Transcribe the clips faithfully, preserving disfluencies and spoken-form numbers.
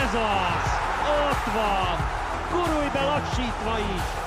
Ez az! Ott van! Gurulj be lassítva is!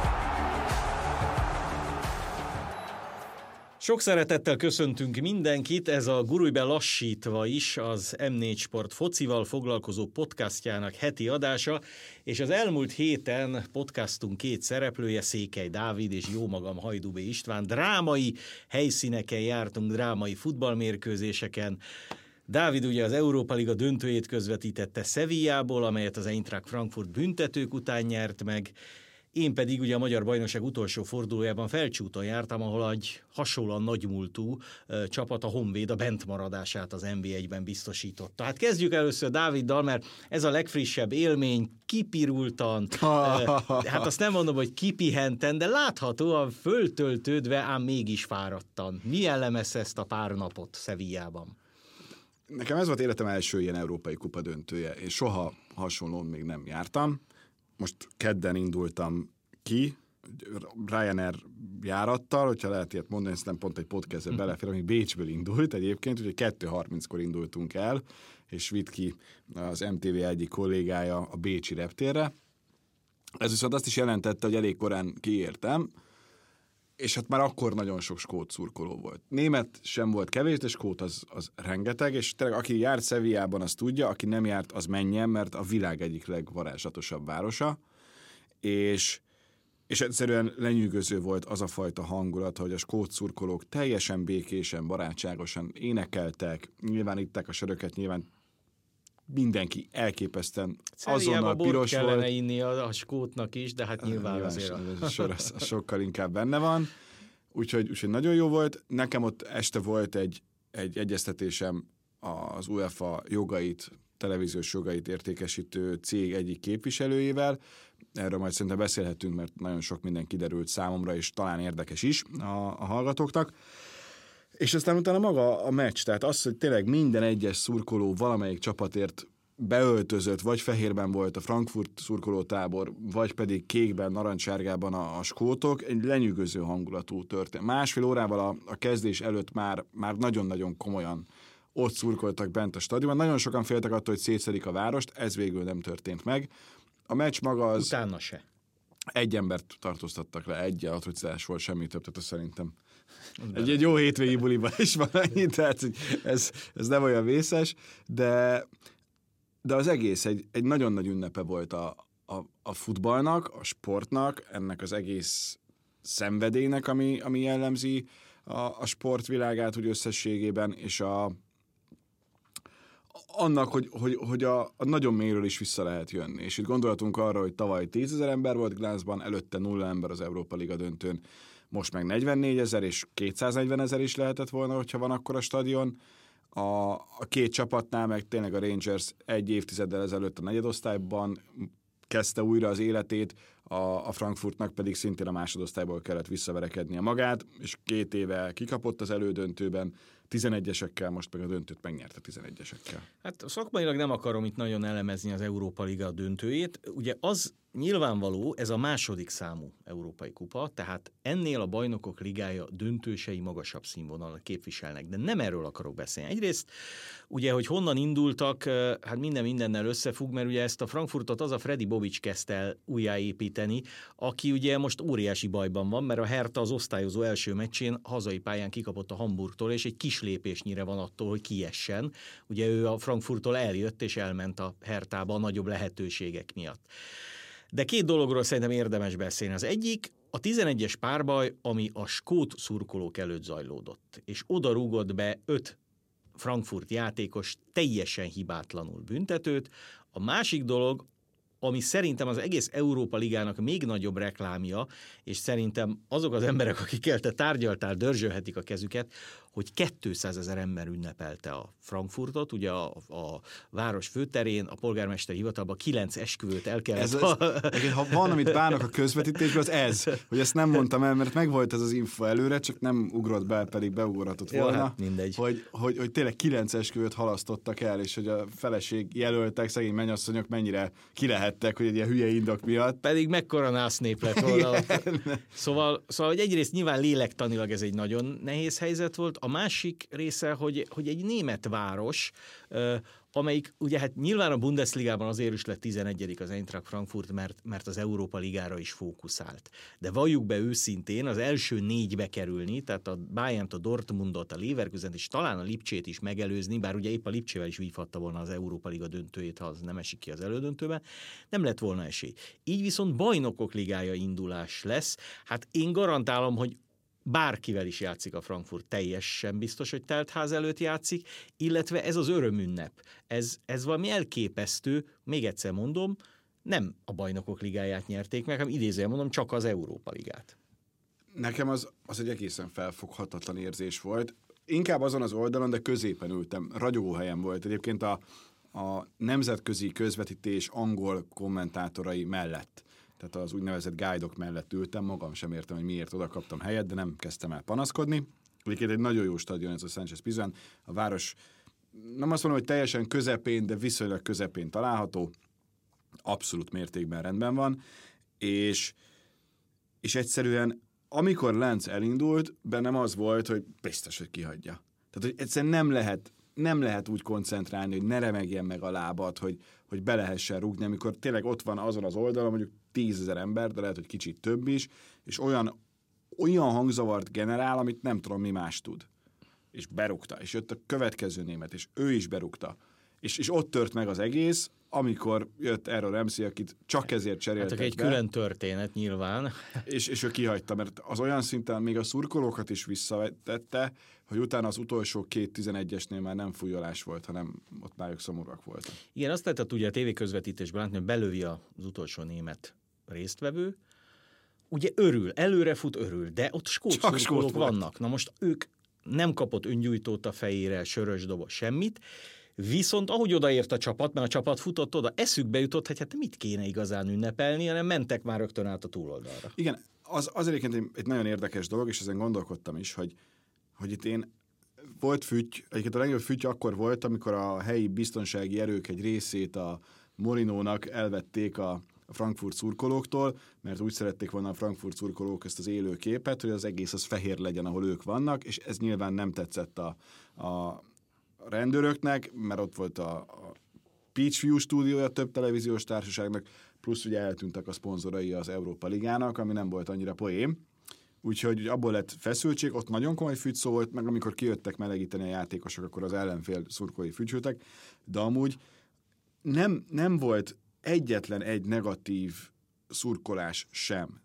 Sok szeretettel köszöntünk mindenkit, ez a Gurulj be lassítva is az em négy Sport focival foglalkozó podcastjának heti adása, és az elmúlt héten podcastunk két szereplője, Székely Dávid és jómagam Hajdú B. István, drámai helyszíneken jártunk, drámai futballmérkőzéseken. Dávid ugye az Európa Liga döntőjét közvetítette Sevillából, amelyet az Eintracht Frankfurt büntetők után nyert meg. Én pedig ugye a Magyar Bajnokság utolsó fordulójában Felcsúton jártam, ahol egy hasonlóan nagymúltú uh, csapat, a Honvéd a bentmaradását az en bé egyben biztosította. Hát kezdjük először Dáviddal, mert ez a legfrissebb élmény, kipirultan, uh, hát azt nem mondom, hogy kipihenten, de láthatóan föltöltődve, ám mégis fáradtan. Mi jellemezte ezt a pár napot Sevillában? Nekem ez volt életem első ilyen európai kupa döntője, és soha hasonlón még nem jártam. Most kedden indultam ki, Ryanair járattal, hogyha lehet ilyet mondani, ezt nem pont egy podcastbe uh-huh. belefér, ami Bécsből indult egyébként, úgyhogy kettő harminckor indultunk el, és vitt ki az em té vé egyik kollégája a bécsi reptérre. Ez viszont azt is jelentette, hogy elég korán kiértem, és hát már akkor nagyon sok skót szurkoló volt. Német sem volt kevés, de skót az, az rengeteg, és tényleg aki járt Sevillában, az tudja, aki nem járt, az menjen, mert a világ egyik legvarázslatosabb városa, és, és egyszerűen lenyűgöző volt az a fajta hangulat, hogy a skót szurkolók teljesen békésen, barátságosan énekeltek, nyilván itták a söröket, nyilván mindenki elképesztően azonnal piros kellene volt. Kellene inni a, a skótnak is, de hát nyilván, nyilván azért a sor az, az sokkal inkább benne van. Úgyhogy, úgyhogy nagyon jó volt. Nekem ott este volt egy, egy egyeztetésem az UEFA jogait, televíziós jogait értékesítő cég egyik képviselőjével. Erről majd szerintem beszélhetünk, mert nagyon sok minden kiderült számomra, és talán érdekes is a, a hallgatóknak. És aztán utána maga a meccs, tehát az, hogy tényleg minden egyes szurkoló valamelyik csapatért beöltözött, vagy fehérben volt a Frankfurt szurkolótábor, vagy pedig kékben, narancssárgában a, a skótok, egy lenyűgöző hangulatú történt. Másfél órával a, a kezdés előtt már, már nagyon-nagyon komolyan ott szurkoltak bent a stadionban. Nagyon sokan féltek attól, hogy szétszedik a várost, ez végül nem történt meg. A meccs maga az... Utána se. Egy embert tartóztattak le, egy atrocitás volt, semmi több, tehát szerintem egy, egy jó hétvégi buliban is van annyi, tehát ez, ez nem olyan vészes, de, de az egész egy, egy nagyon nagy ünnepe volt a, a, a futballnak, a sportnak, ennek az egész szenvedélynek, ami, ami jellemzi a, a sportvilágát úgy összességében, és a annak, hogy, hogy, hogy a, a nagyon mélyről is vissza lehet jönni. És itt gondolhatunk arra, hogy tavaly tízezer ember volt Glasgow-ban, előtte nulla ember az Európa Liga döntőn, most meg negyvennégyezer és kétszáznegyvenezer is lehetett volna, hogyha van akkor a stadion. A, a két csapatnál meg tényleg a Rangers egy évtizeddel ezelőtt a negyedosztályban kezdte újra az életét, a, a Frankfurtnak pedig szintén a másodosztályból kellett visszaverekednie magát, és két éve kikapott az elődöntőben, tizenegyesekkel, most meg a döntőt megnyerte tizenegyesekkel. Hát szakmailag nem akarom itt nagyon elemezni az Európa Liga döntőjét. Ugye az nyilvánvaló, ez a második számú európai kupa, tehát ennél a Bajnokok Ligája döntősei magasabb színvonalat képviselnek, de nem erről akarok beszélni. Egyrészt ugye, hogy honnan indultak, hát minden mindennel összefügg, mert ugye ezt a Frankfurtot az a Freddy Bobic kezdte el újjáépíteni, aki ugye most óriási bajban van, mert a Hertha az osztályozó első meccsén hazai pályán kikapott a Hamburgtól, és egy kis lépésnyire van attól, hogy kiessen. Ugye ő a Frankfurttól eljött, és elment a Herthába a nagyobb lehetőségek miatt. De két dologról szerintem érdemes beszélni. Az egyik a tizenegyes párbaj, ami a skót szurkolók előtt zajlódott, és oda rúgott be öt Frankfurt játékos teljesen hibátlanul büntetőt. A másik dolog, ami szerintem az egész Európa Ligának még nagyobb reklámja, és szerintem azok az emberek, akikkel te tárgyaltál, dörzsölhetik a kezüket, hogy kétszázezer ember ünnepelte a Frankfurtot, ugye a, a város főterén, a polgármester hivatalban kilenc esküvőt el kellett. Ez, ez, ha van, amit bánok a közvetítésben, az ez, hogy ezt nem mondtam el, mert megvolt ez az info előre, csak nem ugrott be, pedig beugratott volna. Ja, hát mindegy. Hogy, hogy, hogy tényleg kilenc esküvőt halasztottak el, és hogy a feleség jelöltek, szegény mennyasszonyok mennyire kilehettek, hogy egy ilyen hülye indok miatt. Pedig mekkora násznép lett volna. Szóval, szóval, hogy egyrészt nyilván lélektanilag ez egy nagyon nehéz helyzet volt, a másik része, hogy, hogy egy német város, amelyik ugye hát nyilván a Bundesligában azért is lett tizenegyedik az Eintracht Frankfurt, mert, mert az Európa Ligára is fókuszált. De valljuk be őszintén, az első négybe kerülni, tehát a Bayernt, a Dortmundot, a Leverkusent és talán a Lipcsét is megelőzni, bár ugye épp a Lipcsével is vívhatta volna az Európa Liga döntőjét, ha az nem esik ki az elődöntőben, nem lett volna esély. Így viszont Bajnokok Ligája indulás lesz. Hát én garantálom, hogy bárkivel is játszik a Frankfurt, teljesen biztos, hogy teltház előtt játszik, illetve ez az örömünnep. Ez, ez valami elképesztő, még egyszer mondom, nem a Bajnokok Ligáját nyerték meg, hanem idézően mondom, csak az Európa Ligát. Nekem az, az egy egészen felfoghatatlan érzés volt. Inkább azon az oldalon, de középen ültem, ragyogó helyen volt. Egyébként a, a nemzetközi közvetítés angol kommentátorai mellett, tehát az úgynevezett guide-ok mellett ültem, magam sem értem, hogy miért oda kaptam helyet, de nem kezdtem el panaszkodni. Egyébként egy nagyon jó stadion ez a Sánchez Pizjuán. A város, nem azt mondom, hogy teljesen közepén, de viszonylag közepén található. Abszolút mértékben rendben van. És, és egyszerűen, amikor Lenz elindult, bennem az volt, hogy biztos, hogy kihagyja. Tehát, hogy egyszerűen nem lehet, nem lehet úgy koncentrálni, hogy ne remegjen meg a lábad, hogy, hogy be lehessen rúgni, amikor tényleg ott van azon az oldalon, mondjuk tízezer ember, de lehet, hogy kicsit több is, és olyan, olyan hangzavart generál, amit nem tudom, mi más tud. És berúgta, és jött a következő német, és ő is berúgta. És, és ott tört meg az egész, amikor jött Aaron Ramsey, akit csak ezért cseréltek hát egy be. külön történet nyilván. És, és ő kihagyta, mert az olyan szinten még a szurkolókat is visszavetette, hogy utána az utolsó két tizenegyesnél már nem fújolás volt, hanem ott már ők szomorúak voltak. Igen, azt lehetett ugye a tévéközvetítésben látni, hogy belövi az utolsó német résztvevő. Ugye örül, előre fut, örül, de ott skót szurkolók vannak. Na most ők nem kapott öngyújtót a fejére, sörös doboz, semmit, viszont ahogy odaért a csapat, mert a csapat futott oda, eszükbe jutott, hogy hát mit kéne igazán ünnepelni, hanem mentek már rögtön át a túloldalra. Igen, az, az egyébként egy, egy nagyon érdekes dolog, és ezen gondolkodtam is, hogy, hogy itt én volt füty, egyébként a legjobb füty akkor volt, amikor a helyi biztonsági erők egy részét a Morinónak elvették a a Frankfurt szurkolóktól, mert úgy szerették volna a Frankfurt szurkolók ezt az élő képet, hogy az egész az fehér legyen, ahol ők vannak, és ez nyilván nem tetszett a, a rendőröknek, mert ott volt a, a Peachview stúdiója több televíziós társaságnak, plusz ugye eltűntek a szponzorai az Európa Ligának, ami nem volt annyira poém. Úgyhogy abból lett feszültség, ott nagyon komoly fügyszó volt, meg amikor kijöttek melegíteni a játékosok, akkor az ellenfél szurkolói fügyültek, de amúgy nem, nem volt egyetlen egy negatív szurkolás sem.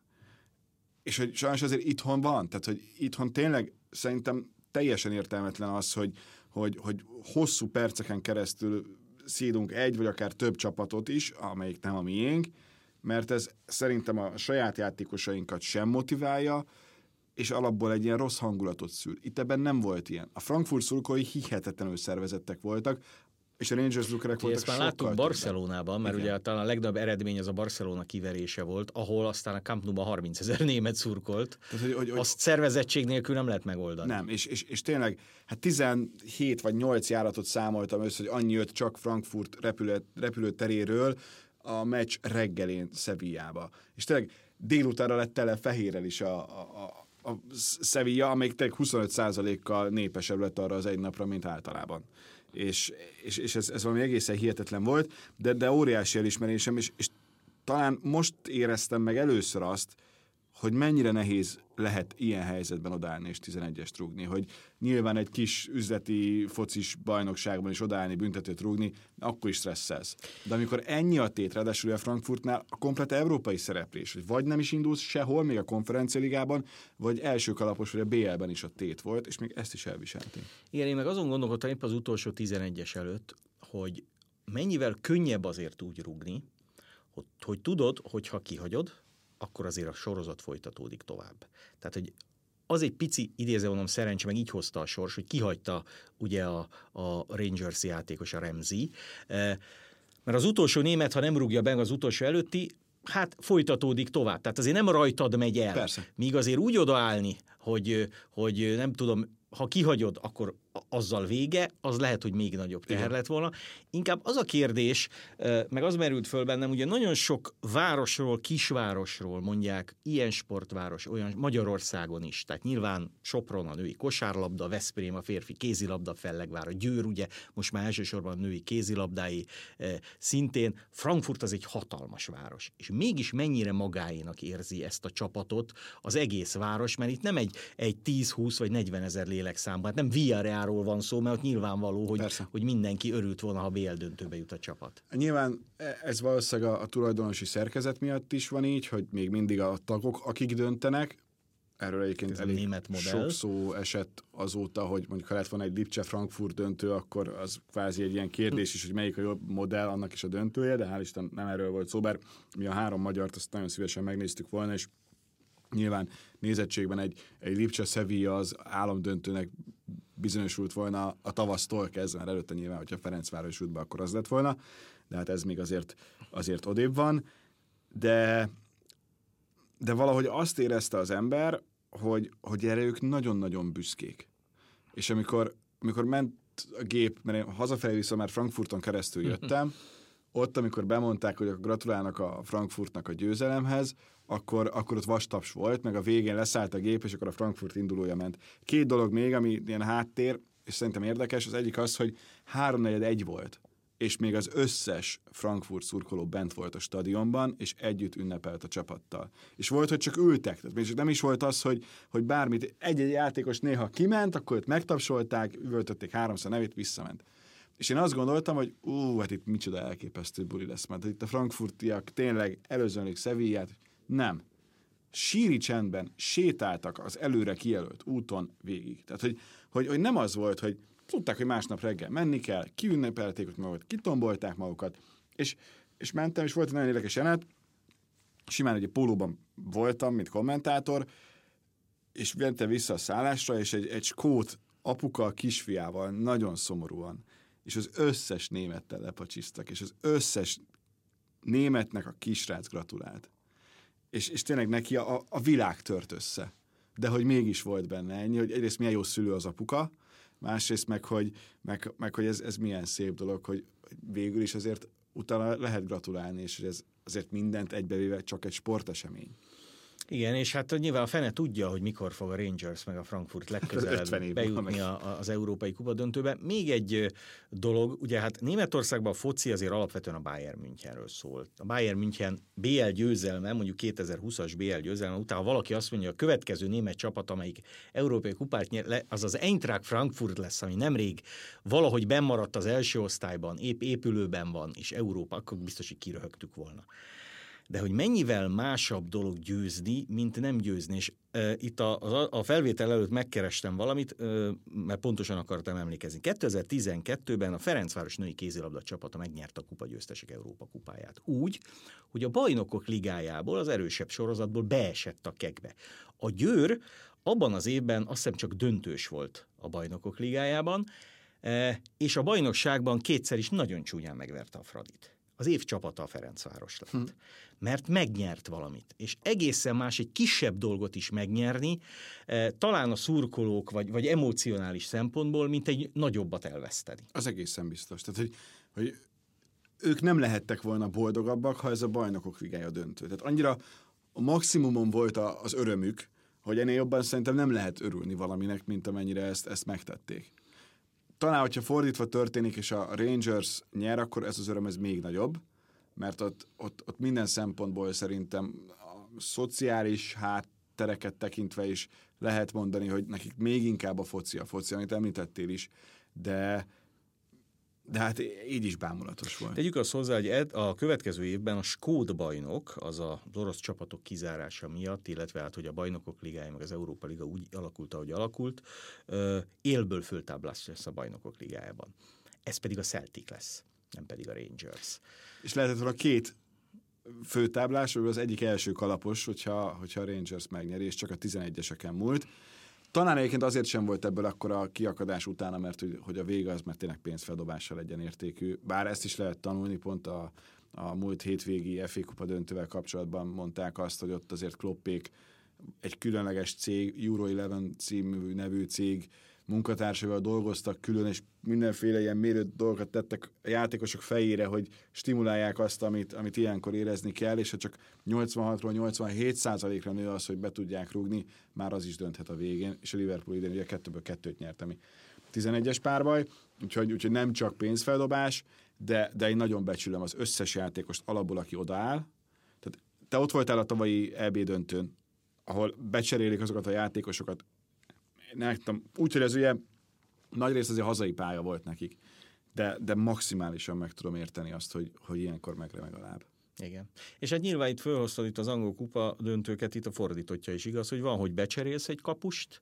És hogy sajnos azért itthon van, tehát hogy itthon tényleg szerintem teljesen értelmetlen az, hogy, hogy, hogy hosszú perceken keresztül szídunk egy vagy akár több csapatot is, amelyik nem a miénk, mert ez szerintem a saját játékosainkat sem motiválja, és alapból egy ilyen rossz hangulatot szül. Itt ebben nem volt ilyen. A Frankfurt szurkolói hihetetlenül szervezettek voltak, és a Rangers drukkerek voltak ezt már sokkal láttuk Barcelonában, mert igen. Ugye talán a legnagyobb eredmény az a Barcelona kiverése volt, ahol aztán a Camp Nou-ban harmincezer német szurkolt. Tehát, hogy, hogy, azt szervezettség nélkül nem lehet megoldani. Nem, és, és, és tényleg, hát tizenhét vagy nyolc járatot számoltam össze, hogy annyi jött csak Frankfurt repülő, repülőteréről a meccs reggelén Sevillába. És tényleg délutánra lett tele fehérrel is a, a, a, a Sevilla, amelyik tényleg huszonöt százalékkal népesebb lett arra az egy napra, mint általában. És, és, és ez, ez valami egészen hihetetlen volt, de, de óriási elismerésem, és, és talán most éreztem meg először azt, hogy mennyire nehéz lehet ilyen helyzetben odállni és tizenegyest rúgni, hogy nyilván egy kis üzleti focis bajnokságban is odállni, büntetőt rúgni, akkor is stresszelsz. De amikor ennyi a tét, ráadásul a Frankfurtnál a komplet európai szereplés, hogy vagy nem is indulsz sehol, még a konferencialigában, vagy első kalapos, vagy a bé el-ben is a tét volt, és még ezt is elviselték. Igen, én meg azon gondolkodtam épp az utolsó tizenegyes előtt, hogy mennyivel könnyebb azért úgy rúgni, hogy, hogy tudod, hogy ha kihagyod, akkor azért a sorozat folytatódik tovább. Tehát, hogy az egy pici, idézve mondom, szerencse, meg így hozta a sors, hogy kihagyta ugye a, a Rangers játékos, a Ramsey, mert az utolsó német, ha nem rúgja be az utolsó előtti, hát folytatódik tovább. Tehát azért nem rajtad megy el. Persze. Míg azért úgy odaállni, hogy, hogy nem tudom, ha kihagyod, akkor azzal vége, az lehet, hogy még nagyobb teher Igen. lett volna. Inkább az a kérdés, meg az merült föl bennem, ugye nagyon sok városról, kisvárosról mondják, ilyen sportváros, olyan Magyarországon is, tehát nyilván Sopron a női kosárlabda, Veszprém a férfi kézilabda fellegvára, Győr ugye most már elsősorban a női kézilabdái szintén, Frankfurt az egy hatalmas város, és mégis mennyire magáénak érzi ezt a csapatot az egész város, mert itt nem egy, egy tíz, húsz vagy negyven ezer lélekszámban, hát nem Villarrealról van szó, mert ott nyilvánvaló, hogy, hogy mindenki örült volna, ha bé el döntőbe jut a csapat. Nyilván ez valószínűleg a, a tulajdonosi szerkezet miatt is van így, hogy még mindig a tagok, akik döntenek, erről egyébként ez elég sok szó esett azóta, hogy mondjuk ha lett volna egy Lipcse-Frankfurt döntő, akkor az kvázi egy ilyen kérdés is, hogy melyik a jobb modell, annak is a döntője, de hál' Isten nem erről volt szó, bár mi a három magyart azt nagyon szívesen megnéztük volna, és nyilván nézettségben egy, egy Lipcse-Sevilla az álomdöntőnek bizonyosult volna a tavasztól kezdve, mert előtte nyilván, hogyha Ferencváros jut be, akkor az lett volna, de hát ez még azért, azért odébb van, de, de valahogy azt érezte az ember, hogy, hogy erre ők nagyon-nagyon büszkék. És amikor, amikor ment a gép, mert én hazafelé viszont már Frankfurton keresztül jöttem, ott, amikor bemondták, hogy gratulálnak a Frankfurtnak a győzelemhez, akkor, akkor ott vastaps volt, meg a végén leszállt a gép, és akkor a Frankfurt indulója ment. Két dolog még, ami ilyen háttér, és szerintem érdekes, az egyik az, hogy háromnegyed egy volt, és még az összes Frankfurt szurkoló bent volt a stadionban, és együtt ünnepelt a csapattal. És volt, hogy csak ültek, tehát még nem is volt az, hogy, hogy bármit, egy-egy játékos néha kiment, akkor őt megtapsolták, üvöltötték háromszor nevét, visszament. És én azt gondoltam, hogy ú, hát itt micsoda elképesztő buli lesz, mert itt a frankfurtiak tényleg előzönlik Sevillát. Nem. Síri csendben sétáltak az előre kijelölt úton végig. Tehát, hogy, hogy, hogy nem az volt, hogy tudták, hogy másnap reggel menni kell, kiünnepelték ott magukat, kitombolták magukat, és, és mentem, és volt egy nagyon érdekes jelenet, simán egy pólóban voltam, mint kommentátor, és mentem vissza a szállásra, és egy, egy skót apuka a kisfiával nagyon szomorúan, és az összes némettel lepacsisztak, és az összes németnek a kisrác gratulált. És, és tényleg neki a, a világ tört össze. De hogy mégis volt benne ennyi, hogy egyrészt milyen jó szülő az apuka, másrészt meg, hogy, meg, meg, hogy ez, ez milyen szép dolog, hogy végül is azért utána lehet gratulálni, és hogy ez azért mindent egybevéve csak egy sportesemény. Igen, és hát nyilván a fene tudja, hogy mikor fog a Rangers meg a Frankfurt legközelebb bejutni a, az Európai Kupa döntőbe. Még egy dolog, ugye hát Németországban a foci azért alapvetően a Bayern Münchenről szól. A Bayern München bé el győzelme, mondjuk kétezer-húszas bé el győzelme után, ha valaki azt mondja, a következő német csapat, amelyik Európai Kupát nyer le, az az Eintracht Frankfurt lesz, ami nemrég valahogy bennmaradt az első osztályban, épp épülőben van, és Európa, akkor biztos, hogy kiröhögtük volna. De hogy mennyivel másabb dolog győzni, mint nem győzni. És e, itt a, a, a felvétel előtt megkerestem valamit, e, mert pontosan akartam emlékezni. kétezer-tizenkettőben a Ferencváros női kézilabda csapata megnyerte a kupagyőztesek Európa kupáját. Úgy, hogy a Bajnokok ligájából, az erősebb sorozatból beesett a kegbe. A Győr abban az évben azt hiszem csak döntős volt a Bajnokok ligájában, e, és a bajnokságban kétszer is nagyon csúnyán megverte a Fradit. Az év csapata a Ferencváros lett. Hm. Mert megnyert valamit. És egészen más egy kisebb dolgot is megnyerni, eh, talán a szurkolók, vagy, vagy emocionális szempontból, mint egy nagyobbat elveszteni. Az egészen biztos. Tehát, hogy, hogy ők nem lehettek volna boldogabbak, ha ez a Bajnokok ligája döntő. Tehát annyira a maximumon volt a, az örömük, hogy ennél jobban szerintem nem lehet örülni valaminek, mint amennyire ezt, ezt megtették. Talán, hogyha fordítva történik, és a Rangers nyer, akkor ez az öröm ez még nagyobb, mert ott, ott, ott minden szempontból szerintem a szociális háttereket tekintve is lehet mondani, hogy nekik még inkább a foci, a foci, amit említettél is, de, de hát így is bámulatos volt. Tegyük azt hozzá, hogy ed, a következő évben a skót bajnok, az az orosz csapatok kizárása miatt, illetve hát, hogy a Bajnokok ligája, meg az Európa liga úgy alakult, ahogy alakult, élből föltáblás lesz a Bajnokok ligájában. Ez pedig a Celtic lesz, nem pedig a Rangers. És lehetett volna két főtáblás, az egyik első kalapos, hogyha, hogyha a Rangers megnyeri, és csak a tizenegyeseken múlt. Talán egyébként azért sem volt ebből akkor a kiakadás utána, mert hogy, hogy a vége az, mert tényleg pénzfeldobással legyen értékű. Bár ezt is lehet tanulni, pont a, a múlt hétvégi ef á Kupa döntővel kapcsolatban mondták azt, hogy ott azért Kloppék egy különleges cég, Euro tizenegyes című nevű cég munkatársaival dolgoztak külön, és mindenféle ilyen mérő dolgokat tettek a játékosok fejére, hogy stimulálják azt, amit, amit ilyenkor érezni kell, és ha csak nyolcvanhatról nyolcvanhét százalékra nő az, hogy be tudják rúgni, már az is dönthet a végén, és a Liverpool idén ugye kettőből kettőt nyert, ami tizenegyes párbaj, úgyhogy, úgyhogy nem csak pénzfeldobás, de, de én nagyon becsülöm az összes játékost alapból, aki odaáll. Tehát te ott voltál a tavalyi é bé döntőn, ahol becserélik azokat a játékosokat. Nem tudom, úgyhogy ez ugye nagy rész azért hazai pálya volt nekik, de, de maximálisan meg tudom érteni azt, hogy, hogy ilyenkor megremeg a láb. Igen. És hát nyilván itt fölhoztad itt az angol kupa döntőket, itt a fordítottja is igaz, hogy van, hogy becserélsz egy kapust,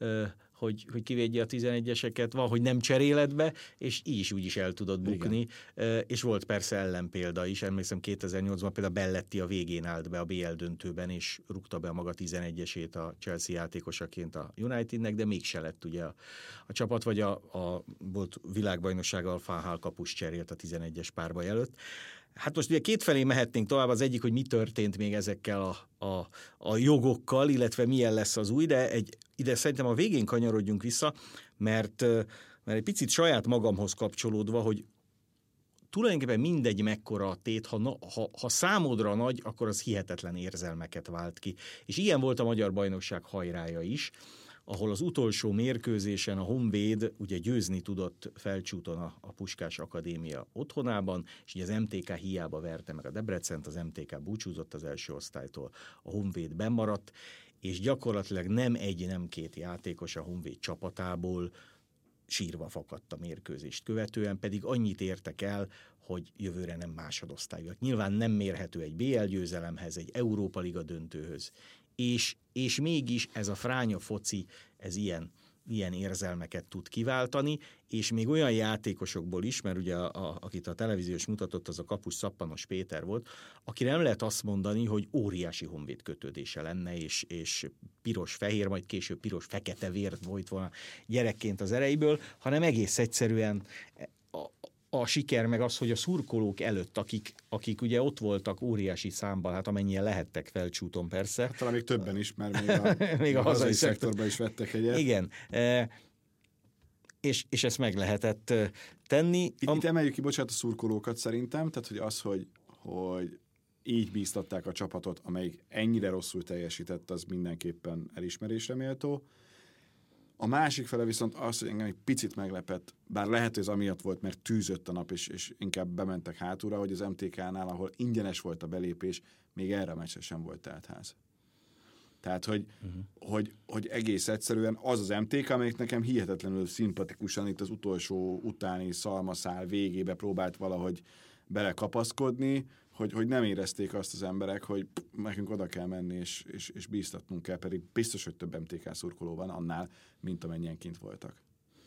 hogy, hogy kivédje a tizenegyeseket, van, hogy nem cseréled be, és így is úgy is el tudod bukni. Igen. És volt persze ellenpélda is, emlékszem kétezer-nyolcban például Belletti a végén állt be a bé el döntőben, és rúgta be a maga tizenegyesét a Chelsea játékosaként a Unitednek, de mégse lett ugye a, a csapat, vagy a, a volt világbajnoksággal Van Gaal kapus cserélt a tizenegyes párbaj előtt. Hát most ugye kétfelé mehetnénk tovább, az egyik, hogy mi történt még ezekkel a, a, a jogokkal, illetve milyen lesz az új, de egy, ide szerintem a végén kanyarodjunk vissza, mert, mert egy picit saját magamhoz kapcsolódva, hogy tulajdonképpen mindegy mekkora a tét, ha, ha, ha számodra nagy, akkor az hihetetlen érzelmeket vált ki. És ilyen volt a magyar bajnokság hajrája is, ahol az utolsó mérkőzésen a Honvéd ugye győzni tudott Felcsúton a, a Puskás Akadémia otthonában, és ugye az em té ká hiába verte meg a Debrecent, az em té ká búcsúzott az első osztálytól, a Honvéd bennmaradt, és gyakorlatilag nem egy, nem két játékos a Honvéd csapatából sírva fakadt a mérkőzést követően, pedig annyit értek el, hogy jövőre nem másodosztályúak. Nyilván nem mérhető egy bé el győzelemhez, egy Európa Liga döntőhöz, és, és mégis ez a fránya foci, ez ilyen, ilyen érzelmeket tud kiváltani, és még olyan játékosokból is, mert ugye a, a, akit a televíziós mutatott, az a kapus Szappanos Péter volt, aki nem lehet azt mondani, hogy óriási Honvéd kötődése lenne, és, és piros-fehér, majd később piros-fekete vért volt volna gyerekként az ereiből, hanem egész egyszerűen a, a siker meg az, hogy a szurkolók előtt, akik, akik ugye ott voltak óriási számban, hát amennyien lehettek Felcsúton persze. Hát talán még többen is, mert még a, még a, a hazai szektorban is vettek egyet. Igen, e, és, és ezt meg lehetett tenni. Itt, itt emeljük ki, bocsánat, a szurkolókat szerintem, tehát hogy az, hogy, hogy így bíztatták a csapatot, amelyik ennyire rosszul teljesített, az mindenképpen elismerésre méltó. A másik fele viszont az, hogy engem egy picit meglepett, bár lehet, hogy ez amiatt volt, mert tűzött a nap, és, és inkább bementek hátulra, hogy az em té ká-nál, ahol ingyenes volt a belépés, még erre a meccsre sem volt teltház. Tehát, hogy, uh-huh. hogy, hogy egész egyszerűen az az em té ká, amelyik nekem hihetetlenül szimpatikusan itt az utolsó utáni szalmaszál végébe próbált valahogy belekapaszkodni, hogy, hogy nem érezték azt az emberek, hogy pff, nekünk oda kell menni, és, és, és bíztatnunk kell, pedig biztos, hogy több em té ká szurkoló van annál, mint amennyien kint voltak.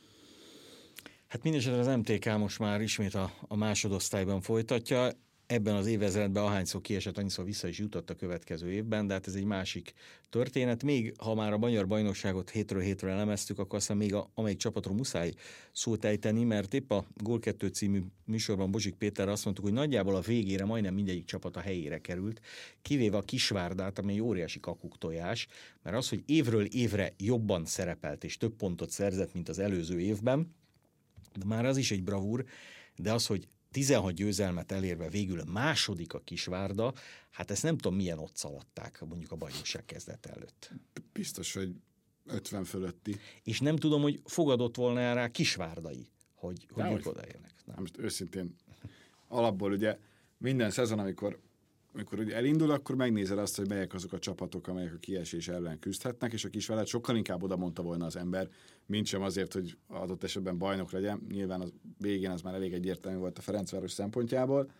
Hát mindesetre az em té ká most már ismét a, a másodosztályban folytatja. Ebben az évezredben ahányszor kiesett, annyiszor vissza is jutott a következő évben, de hát ez egy másik történet. Még ha már a magyar bajnokságot hétről hétre elemeztük, akkor aztán még a, amelyik csapatról muszáj szót ejteni, mert épp a Gól kettő című műsorban Bozsik Péterre azt mondtuk, hogy nagyjából a végére majdnem mindegyik csapat a helyére került, kivéve a Kisvárdát, ami egy óriási kakuktojás, mert az, hogy évről évre jobban szerepelt és több pontot szerzett, mint az előző évben, de már az is egy bravúr, de az, hogy tizenhat győzelmet elérve végül a második a Kisvárda, hát ezt nem tudom milyen ott szaladták mondjuk a bajnokság kezdet előtt. Biztos, hogy ötven fölötti. És nem tudom, hogy fogadott volna rá Kisvárdai, hogy, hogy ők odaérnek. Nem. Most őszintén alapból ugye minden szezon, amikor, amikor ugye elindul, akkor megnézed azt, hogy melyek azok a csapatok, amelyek a kiesés ellen küzdhetnek, és a Kisvárdát sokkal inkább oda mondta volna az ember, mint sem azért, hogy adott esetben bajnok legyen. Nyilván az végén az már elég egyértelmű volt a Ferencváros szempontjából,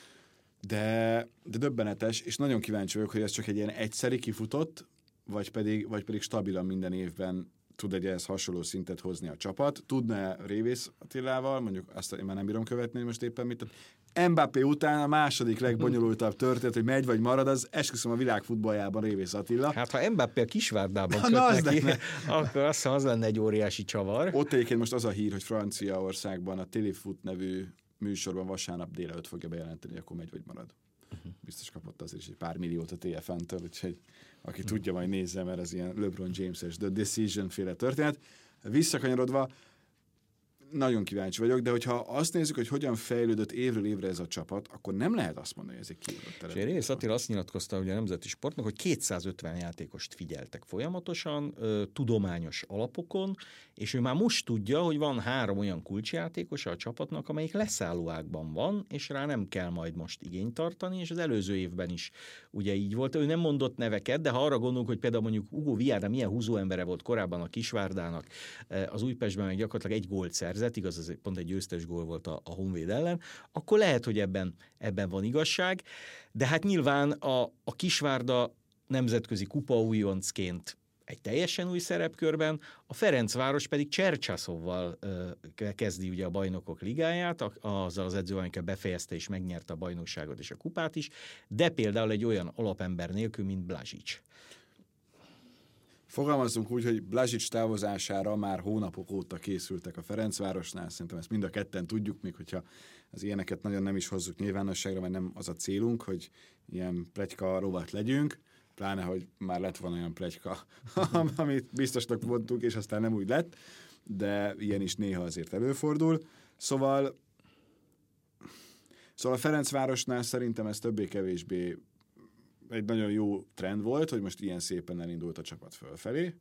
de, de döbbenetes, és nagyon kíváncsi vagyok, hogy ez csak egy ilyen egyszeri kifutott, vagy pedig, vagy pedig stabilan minden évben tud egy ehhez hasonló szintet hozni a csapat. Tudna Révész Attilával, mondjuk azt én már nem bírom követni, hogy most éppen mit. Mbappé után a második legbonyolultabb történet, hogy megy vagy marad, az esküszöm a világ futballjában Révész Attila. Hát ha Mbappé a Kisvárdában köt neki, akkor azt hiszem, az lenne egy óriási csavar. Ott egyébként most az a hír, hogy Franciaországban a Téléfut nevű műsorban vasárnap délelőtt fogja bejelenteni, hogy akkor megy vagy marad. Uh-huh. Biztos kapott azért is egy pár milliót a té ef en-től, úgyhogy aki uh-huh. tudja, majd nézze, mert ez ilyen LeBron James-es The Decision féle történet. Visszakanyarodva, nagyon kíváncsi vagyok, de hogyha azt nézzük, hogy hogyan fejlődött évről évre ez a csapat, akkor nem lehet azt mondani, hogy ez egy kiugrott eredmény. És Rész Attila azt nyilatkozta ugye a Nemzeti Sportnak, hogy kétszázötven játékost figyeltek folyamatosan, ö, tudományos alapokon, és ő már most tudja, hogy van három olyan kulcsjátékosa a csapatnak, amelyik leszállóákban van, és rá nem kell majd most igényt tartani, és az előző évben is ugye így volt. Ő nem mondott neveket, de ha arra gondolunk, hogy például mondjuk Hugo Viada milyen húzóembere volt korábban a Kisvárdának, az Újpestben meg gyakorlatilag egy gólt szerzett, igaz, ez pont egy győztes gól volt a, a Honvéd ellen, akkor lehet, hogy ebben, ebben van igazság, de hát nyilván a, a Kisvárda nemzetközi kupa újoncként egy teljesen új szerepkörben, a Ferencváros pedig Csercsaszovval ö, kezdi ugye a Bajnokok Ligáját, a, azzal az edzővel, amikor befejezte és megnyerte a bajnokságot és a kupát is, de például egy olyan alapember nélkül, mint Blazsics. Fogalmazzunk úgy, hogy Blazsics távozására már hónapok óta készültek a Ferencvárosnál, szerintem ezt mind a ketten tudjuk, még hogyha az ilyeneket nagyon nem is hozzuk nyilvánosságra, mert nem az a célunk, hogy ilyen pletyka rovat legyünk, pláne, hogy már lett volna olyan pletyka, amit biztosnak mondtuk, és aztán nem úgy lett, de ilyen is néha azért előfordul. Szóval, szóval a Ferencvárosnál szerintem ez többé-kevésbé egy nagyon jó trend volt, hogy most ilyen szépen elindult a csapat fölfelé.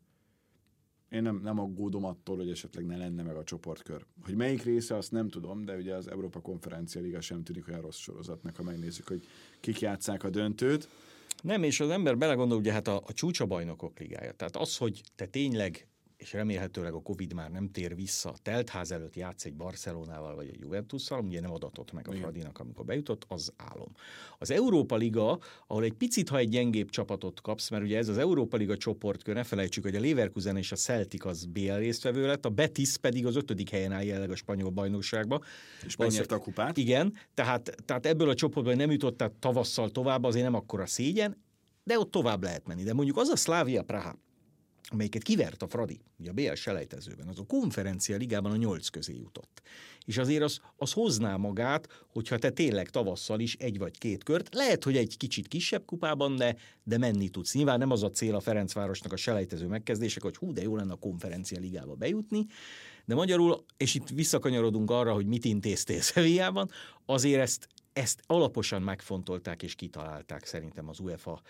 Én nem, nem aggódom attól, hogy esetleg ne lenne meg a csoportkör. Hogy melyik része, azt nem tudom, de ugye az Európa Konferencia Liga sem tűnik olyan rossz sorozatnak, ha megnézzük, hogy kik játsszák a döntőt. Nem, és az ember belegondol, ugye hát a, a csúcs a Bajnokok Ligája. Tehát az, hogy te tényleg, és remélhetőleg a Covid már nem tér vissza, teltház előtt játsz egy Barcelonával vagy egy Juventusszal, ugye nem adatott meg a Fradinak, amikor bejutott, az álom. Az Európa Liga, ahol egy picit, ha egy gyengébb csapatot kapsz, mert ugye ez az Európa Liga csoportkör, ne felejtsük, hogy a Leverkusen és a Celtic az bé el résztvevő lett, a Betis pedig az ötödik helyen áll jelenleg a spanyol bajnokságba. És megnyerte a kupát. Igen, tehát, tehát ebből a csoportból nem jutott tavasszal tovább, azért nem akkora szégyen, de ott tovább lehet menni. De mondjuk az a Slavia Praha, amelyiket kivert a Fradi, ugye a bé el selejtezőben, az a Konferencia Ligában a nyolc közé jutott. És azért az, az hozná magát, hogyha te tényleg tavasszal is egy vagy két kört, lehet, hogy egy kicsit kisebb kupában, de, de menni tudsz. Nyilván nem az a cél a Ferencvárosnak a selejtező megkezdések, hogy hú, de jó lenne a Konferencia Ligába bejutni, de magyarul, és itt visszakanyarodunk arra, hogy mit intéztél Sevillában, azért ezt, ezt alaposan megfontolták és kitalálták szerintem az UEFA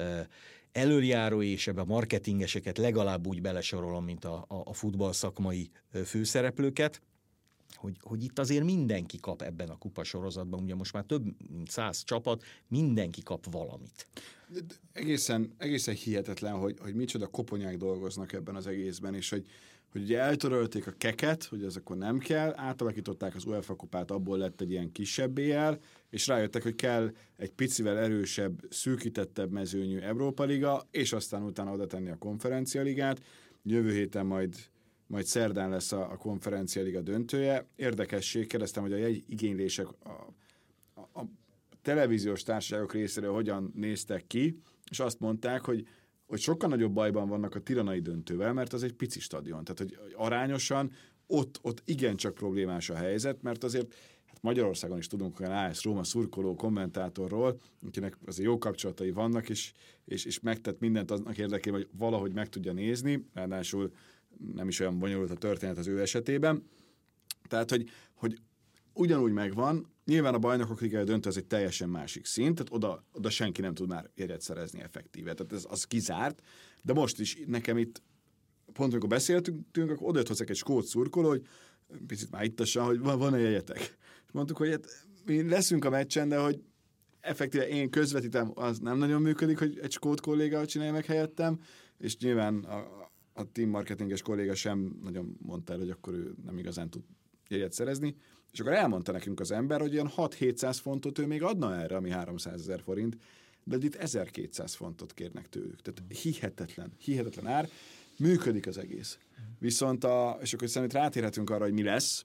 előjárói, és ebbe a marketingeseket legalább úgy belesorolom, mint a, a, a futball szakmai főszereplőket, hogy, hogy itt azért mindenki kap ebben a kupasorozatban, ugye most már több mint száz csapat, mindenki kap valamit. De, de egészen, egészen hihetetlen, hogy, hogy micsoda koponyák dolgoznak ebben az egészben, és hogy, hogy ugye eltörölték a keket, hogy ez akkor nem kell, átalakították az UEFA kupát, abból lett egy ilyen kisebb bé el, és rájöttek, hogy kell egy picivel erősebb, szűkítettebb mezőnyű Európa Liga, és aztán utána oda tenni a Konferencia Ligát. Jövő héten majd, majd szerdán lesz a, a Konferencia Liga döntője. Érdekesség, kérdeztem, hogy a jegyigénylések a, a, a televíziós társaságok részéről hogyan néztek ki, és azt mondták, hogy hogy sokkal nagyobb bajban vannak a tiranai döntővel, mert az egy pici stadion. Tehát, hogy arányosan ott, ott igencsak problémás a helyzet, mert azért hát Magyarországon is tudunk olyan á es Róma szurkoló kommentátorról, akinek azért jó kapcsolatai vannak, és, és, és megtett mindent aznak érdekében, hogy valahogy meg tudja nézni, ráadásul nem is olyan bonyolult a történet az ő esetében. Tehát, hogy, hogy ugyanúgy megvan, nyilván a Bajnokok Ligája döntő az egy teljesen másik szint, tehát oda, oda senki nem tud már jegyet szerezni effektíve, tehát ez az kizárt, de most is nekem itt, pont amikor beszéltünk, akkor oda jött hozzák egy skót szurkoló, hogy picit már ittassan, hogy van, van-e jegyetek. És mondtuk, hogy hát, mi leszünk a meccsen, de hogy effektíve én közvetítem, az nem nagyon működik, hogy egy skót kolléga csinálja meg helyettem, és nyilván a, a team marketinges kolléga sem nagyon mondta el, hogy akkor ő nem igazán tud jegyet szerezni, és akkor elmondta nekünk az ember, hogy ilyen hat-hétszáz fontot ő még adna erre, ami háromszázezer forint, de itt ezerkétszáz fontot kérnek tőlük. Tehát hihetetlen, hihetetlen ár, működik az egész. Viszont, a, és akkor szerintem rátérhetünk arra, hogy mi lesz,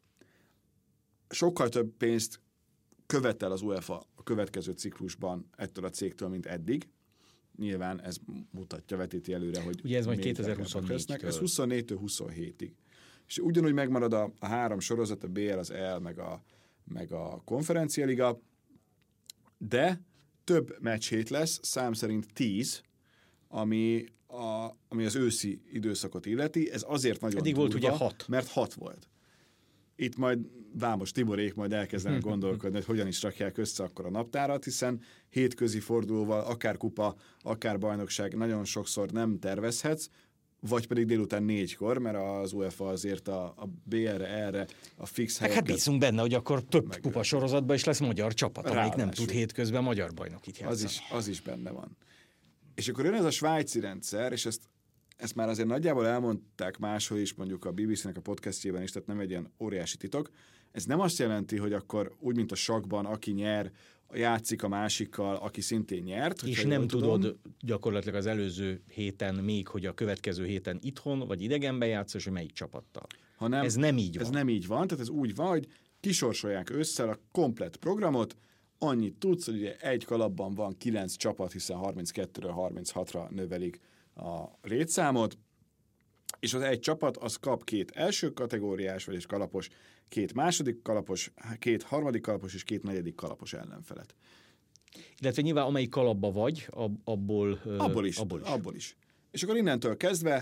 sokkal több pénzt követel az UEFA a következő ciklusban ettől a cégtől, mint eddig. Nyilván ez mutatja, vetíti előre, hogy ugye ez majd kétezer-huszonnégytől. Ez huszonnégytől huszonhétig. És ugyanúgy megmarad a, a három sorozat, a bé el, az E L, meg a, meg a Konferencia Liga, de több meccs hét lesz, szám szerint tíz, ami a, ami az őszi időszakot illeti, ez azért nagyon Eddig durva, volt ugye hat. mert hat volt. Itt majd Vámos Tiborék majd elkezdenek gondolkodni, hogy hogyan is rakják össze akkor a naptárat, hiszen hétközi fordulóval akár kupa, akár bajnokság nagyon sokszor nem tervezhetsz, vagy pedig délután négykor, mert az UEFA azért a, a bé erre, erre, a fix Hát, helyeket... hát bízunk benne, hogy akkor több meg- kupa sorozatban is lesz magyar csapat, amelyik nem Ráadásul. tud hétközben magyar bajnokit játszani. Az is, az is benne van. És akkor jön ez a svájci rendszer, és ezt, ezt már azért nagyjából elmondták máshol is, mondjuk a bé bé cé-nek a podcastjében is, tehát nem egy ilyen óriási titok. Ez nem azt jelenti, hogy akkor úgy, mint a sakkban, aki nyer, játszik a másikkal, aki szintén nyert. És hogyha nem jól tudod tudom. gyakorlatilag az előző héten még, hogy a következő héten itthon vagy idegenben játszol, és hogy melyik csapattal. Hanem Ez nem így Ez van. nem így van, tehát ez úgy van, hogy kisorsolják össze a komplett programot, annyit tudsz, hogy ugye egy kalapban van kilenc csapat, hiszen harminckettőről harminchatra növelik a létszámot, és az egy csapat az kap két első kategóriás, vagyis kalapos, két második kalapos, két harmadik kalapos és két negyedik kalapos ellenfelet. Illetve nyilván amelyik kalapba vagy, ab, abból, ö, Abból is, abból is. abból is. És akkor innentől kezdve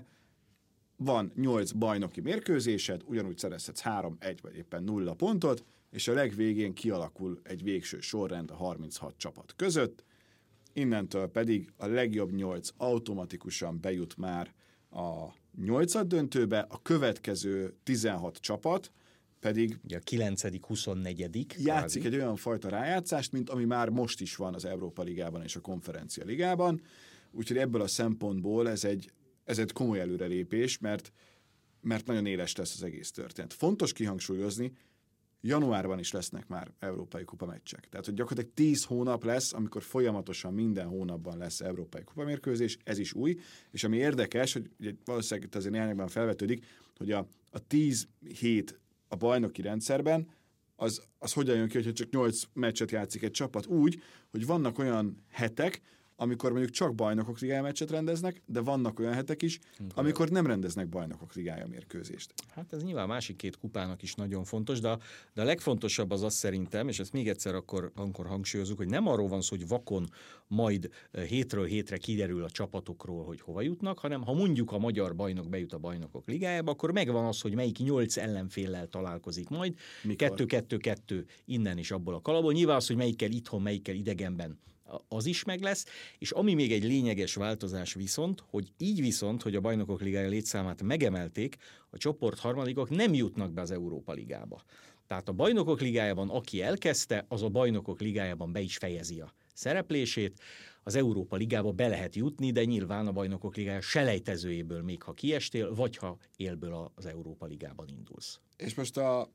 van nyolc bajnoki mérkőzésed, ugyanúgy szerezhetsz három, egy vagy éppen nulla pontot, és a legvégén kialakul egy végső sorrend a harminchat csapat között, innentől pedig a legjobb nyolc automatikusan bejut már a nyolcad döntőbe, a következő tizenhat csapat pedig Ugye a kilencedik, huszonnegyedik játszik kvázi. egy olyan fajta rájátszást, mint ami már most is van az Európa Ligában és a Konferencia Ligában, úgyhogy ebből a szempontból ez egy, ez egy komoly előrelépés, mert, mert nagyon éles lesz az egész történet. Fontos kihangsúlyozni, januárban is lesznek már Európai Kupa meccsek. Tehát, hogy gyakorlatilag tíz hónap lesz, amikor folyamatosan minden hónapban lesz Európai Kupa mérkőzés, ez is új, és ami érdekes, hogy ugye valószínűleg itt azért néhányakban felvetődik, hogy a, a tíz hét a bajnoki rendszerben, az, az hogyan jön ki, hogyha csak nyolc meccset játszik egy csapat úgy, hogy vannak olyan hetek, amikor mondjuk csak bajnokok ligája meccset rendeznek, de vannak olyan hetek is, amikor nem rendeznek bajnokok ligája mérkőzést. Hát ez nyilván a másik két kupának is nagyon fontos, de a, de a legfontosabb az az szerintem, és ezt még egyszer akkor, akkor hangsúlyozunk, hogy nem arról van szó, hogy vakon majd hétről hétre kiderül a csapatokról, hogy hova jutnak, hanem ha mondjuk a magyar bajnok bejut a bajnokok ligájába, akkor megvan az, hogy melyik nyolc ellenféllel találkozik majd. Mikor? Kettő-kettő-kettő innen is abból a kalapból. Nyilván az, hogy melyikkel itthon, melyikkel idegenben, az is meg lesz, és ami még egy lényeges változás viszont, hogy így viszont, hogy a Bajnokok Ligája létszámát megemelték, a csoport harmadikok nem jutnak be az Európa Ligába. Tehát a Bajnokok Ligájában aki elkezdte, az a Bajnokok Ligájában be is fejezi a szereplését, az Európa Ligába be lehet jutni, de nyilván a Bajnokok Ligája selejtezőjéből még ha kiestél, vagy ha élből az Európa Ligában indulsz. És most a,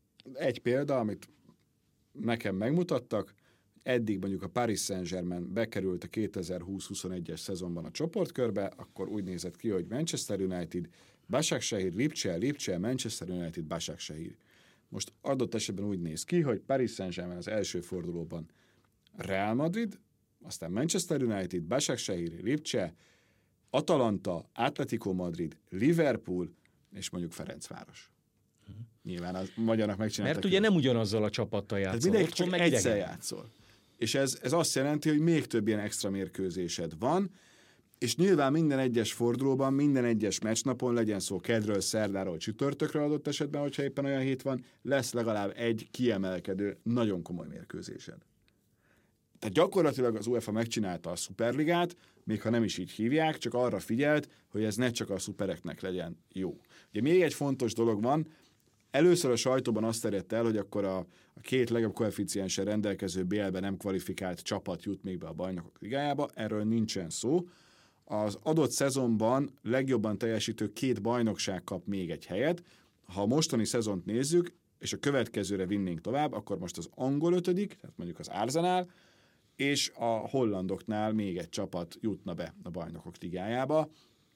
egy példa, amit nekem megmutattak, eddig mondjuk a Paris Saint-Germain bekerült a kétezer-húsz-huszonegyes szezonban a csoportkörbe, akkor úgy nézett ki, hogy Manchester United, Başakşehir, Lipcse, Lipcse, Manchester United, Başakşehir. Most adott esetben úgy néz ki, hogy Paris Saint-Germain az első fordulóban Real Madrid, aztán Manchester United, Başakşehir, Lipcse, Atalanta, Atletico Madrid, Liverpool, és mondjuk Ferencváros. Nyilván a magyarnak megcsináltak. Mert ugye nem ugyanazzal a csapattal Tehát játszol. mindenki Otthon csak meg egyszer idegen. játszol. És ez, ez azt jelenti, hogy még több ilyen extra mérkőzésed van, és nyilván minden egyes fordulóban, minden egyes meccsnapon, legyen szó kedről, szerdáról, csütörtökről adott esetben, hogyha éppen olyan hét van, lesz legalább egy kiemelkedő, nagyon komoly mérkőzésed. Tehát gyakorlatilag az UEFA megcsinálta a szuperligát, még ha nem is így hívják, csak arra figyelt, hogy ez ne csak a szupereknek legyen jó. Ugye még egy fontos dolog van, először a sajtóban azt terjedt el, hogy akkor a, a két legjobb koeficienssel rendelkező bé el-ben nem kvalifikált csapat jut még be a Bajnokok Ligájába, erről nincsen szó. Az adott szezonban legjobban teljesítő két bajnokság kap még egy helyet. Ha a mostani szezont nézzük, és a következőre vinnénk tovább, akkor most az angol ötödik, tehát mondjuk az Arsenal, és a hollandoknál még egy csapat jutna be a Bajnokok Ligájába.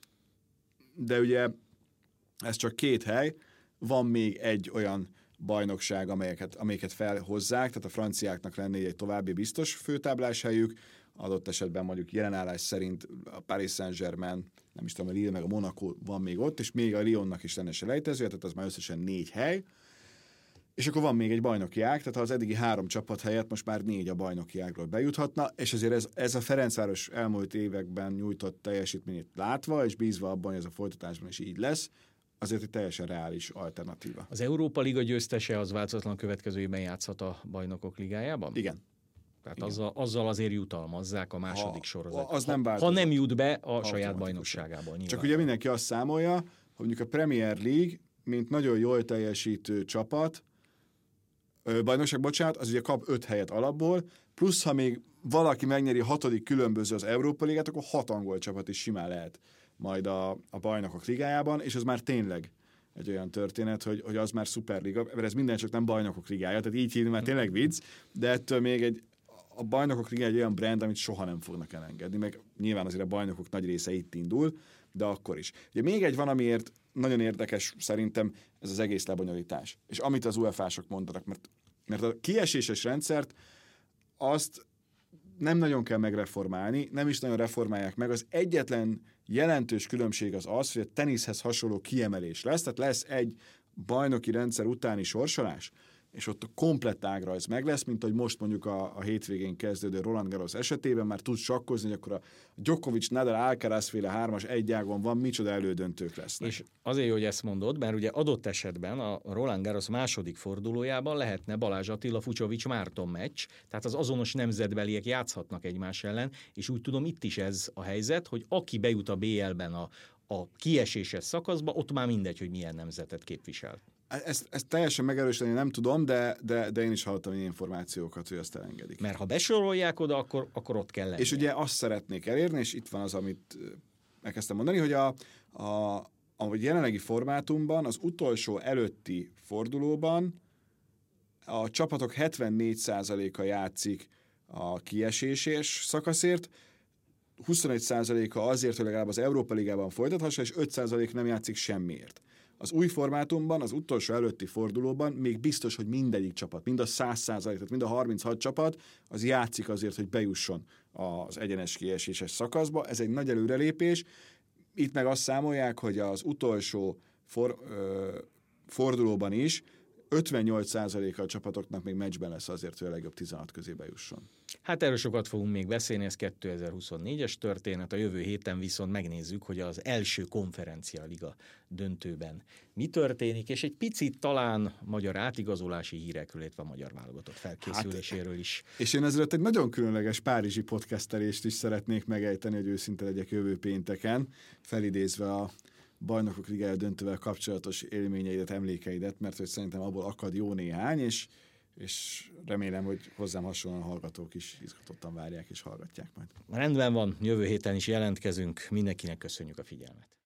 De ugye ez csak két hely, van még egy olyan bajnokság, amelyeket, amelyeket felhozzák, tehát a franciáknak lenne egy további biztos főtáblás helyük, adott esetben mondjuk jelenállás szerint a Paris Saint-Germain, nem is tudom, a Lille meg a Monaco van még ott, és még a Lyonnak is lenne selejtezője, tehát az már összesen négy hely. És akkor van még egy bajnoki ág, tehát ha az eddigi három csapat helyett most már négy a bajnoki ágról bejuthatna, és azért ez, ez a Ferencváros elmúlt években nyújtott teljesítményét látva, és bízva abban, hogy ez a folytatásban is így lesz, azért egy teljesen reális alternatíva. Az Európa Liga győztese az változatlan következő évben játszhat a Bajnokok Ligájában? Igen. Tehát azzal, azzal azért jutalmazzák a második Ha- sorozat. az nem ha, ha változott. nem jut be a saját Automatikusan. bajnokságából. Nyilván. Csak ugye mindenki azt számolja, hogy mondjuk a Premier League, mint nagyon jól teljesítő csapat, ö, bajnokság, bocsánat, az ugye kap öt helyet alapból, plusz ha még valaki megnyeri a hatodik különböző az Európa Ligát, akkor hat angol csapat is simán lehet majd a, a bajnokok ligájában, és ez már tényleg egy olyan történet, hogy, hogy az már szuperliga, mert ez minden csak nem bajnokok ligája, tehát így hívni már tényleg vicc, de ettől még egy, a bajnokok ligája egy olyan brand, amit soha nem fognak elengedni, meg nyilván azért a bajnokok nagy része itt indul, de akkor is. Ugye még egy van, amiért nagyon érdekes szerintem ez az egész lebonyolítás. És amit az u ef á-sok mondanak, mert, mert a kieséses rendszert azt nem nagyon kell megreformálni, nem is nagyon reformálják meg. Az egyetlen jelentős különbség az az, hogy a teniszhez hasonló kiemelés lesz, tehát lesz egy bajnoki rendszer utáni sorsolás, és ott a komplett ágrajz meg lesz, mint ahogy most mondjuk a, a hétvégén kezdődő Roland Garros esetében már tudsz sakkozni, hogy akkor a Djokovic, Nadal, Alcaraz féle hármas egy ágon van, micsoda elődöntők lesznek. És azért, hogy ezt mondod, mert ugye adott esetben a Roland Garros második fordulójában lehetne Balázs Attila Fucsovics Márton meccs, tehát az azonos nemzetbeliek játszhatnak egymás ellen, és úgy tudom itt is ez a helyzet, hogy aki bejut a bé el-ben a, a kieséses szakaszba, ott már mindegy, hogy milyen nemzetet képvisel. Ezt, ezt teljesen megerősíteni nem tudom, de, de, de én is hallottam ilyen információkat, hogy azt elengedik. Mert ha besorolják oda, akkor, akkor ott kell lenni. És ugye azt szeretnék elérni, és itt van az, amit elkezdtem mondani, hogy a, a, a jelenlegi formátumban, az utolsó előtti fordulóban a csapatok hetvennégy százaléka játszik a kieséses szakaszért, huszonegy százaléka azért, hogy legalább az Európa Ligában folytathassa, és öt százalék nem játszik semmiért. Az új formátumban, az utolsó előtti fordulóban még biztos, hogy mindegyik csapat, mind a száz százalék, tehát mind a harminchat csapat, az játszik azért, hogy bejusson az egyenes kieséses szakaszba. Ez egy nagy előrelépés. Itt meg azt számolják, hogy az utolsó for, ö, fordulóban is ötvennyolc százaléka a csapatoknak még meccsben lesz azért, hogy a legjobb tizenhat közé bejusson. Hát erről sokat fogunk még beszélni, ez kétezer-huszonnégyes történet, a jövő héten viszont megnézzük, hogy az első konferencialiga döntőben mi történik, és egy picit talán magyar átigazolási hírekről, illetve a magyar válogatott felkészüléséről is. És én ezért egy nagyon különleges párizsi podcastelést is szeretnék megejteni, hogy őszinte legyek jövő pénteken, felidézve a Bajnokok Ligája döntővel kapcsolatos élményeidet, emlékeidet, mert hogy szerintem abból akad jó néhány, és, és remélem, hogy hozzám hasonlóan hallgatók is izgatottan várják és hallgatják majd. Rendben van, jövő héten is jelentkezünk, mindenkinek köszönjük a figyelmet.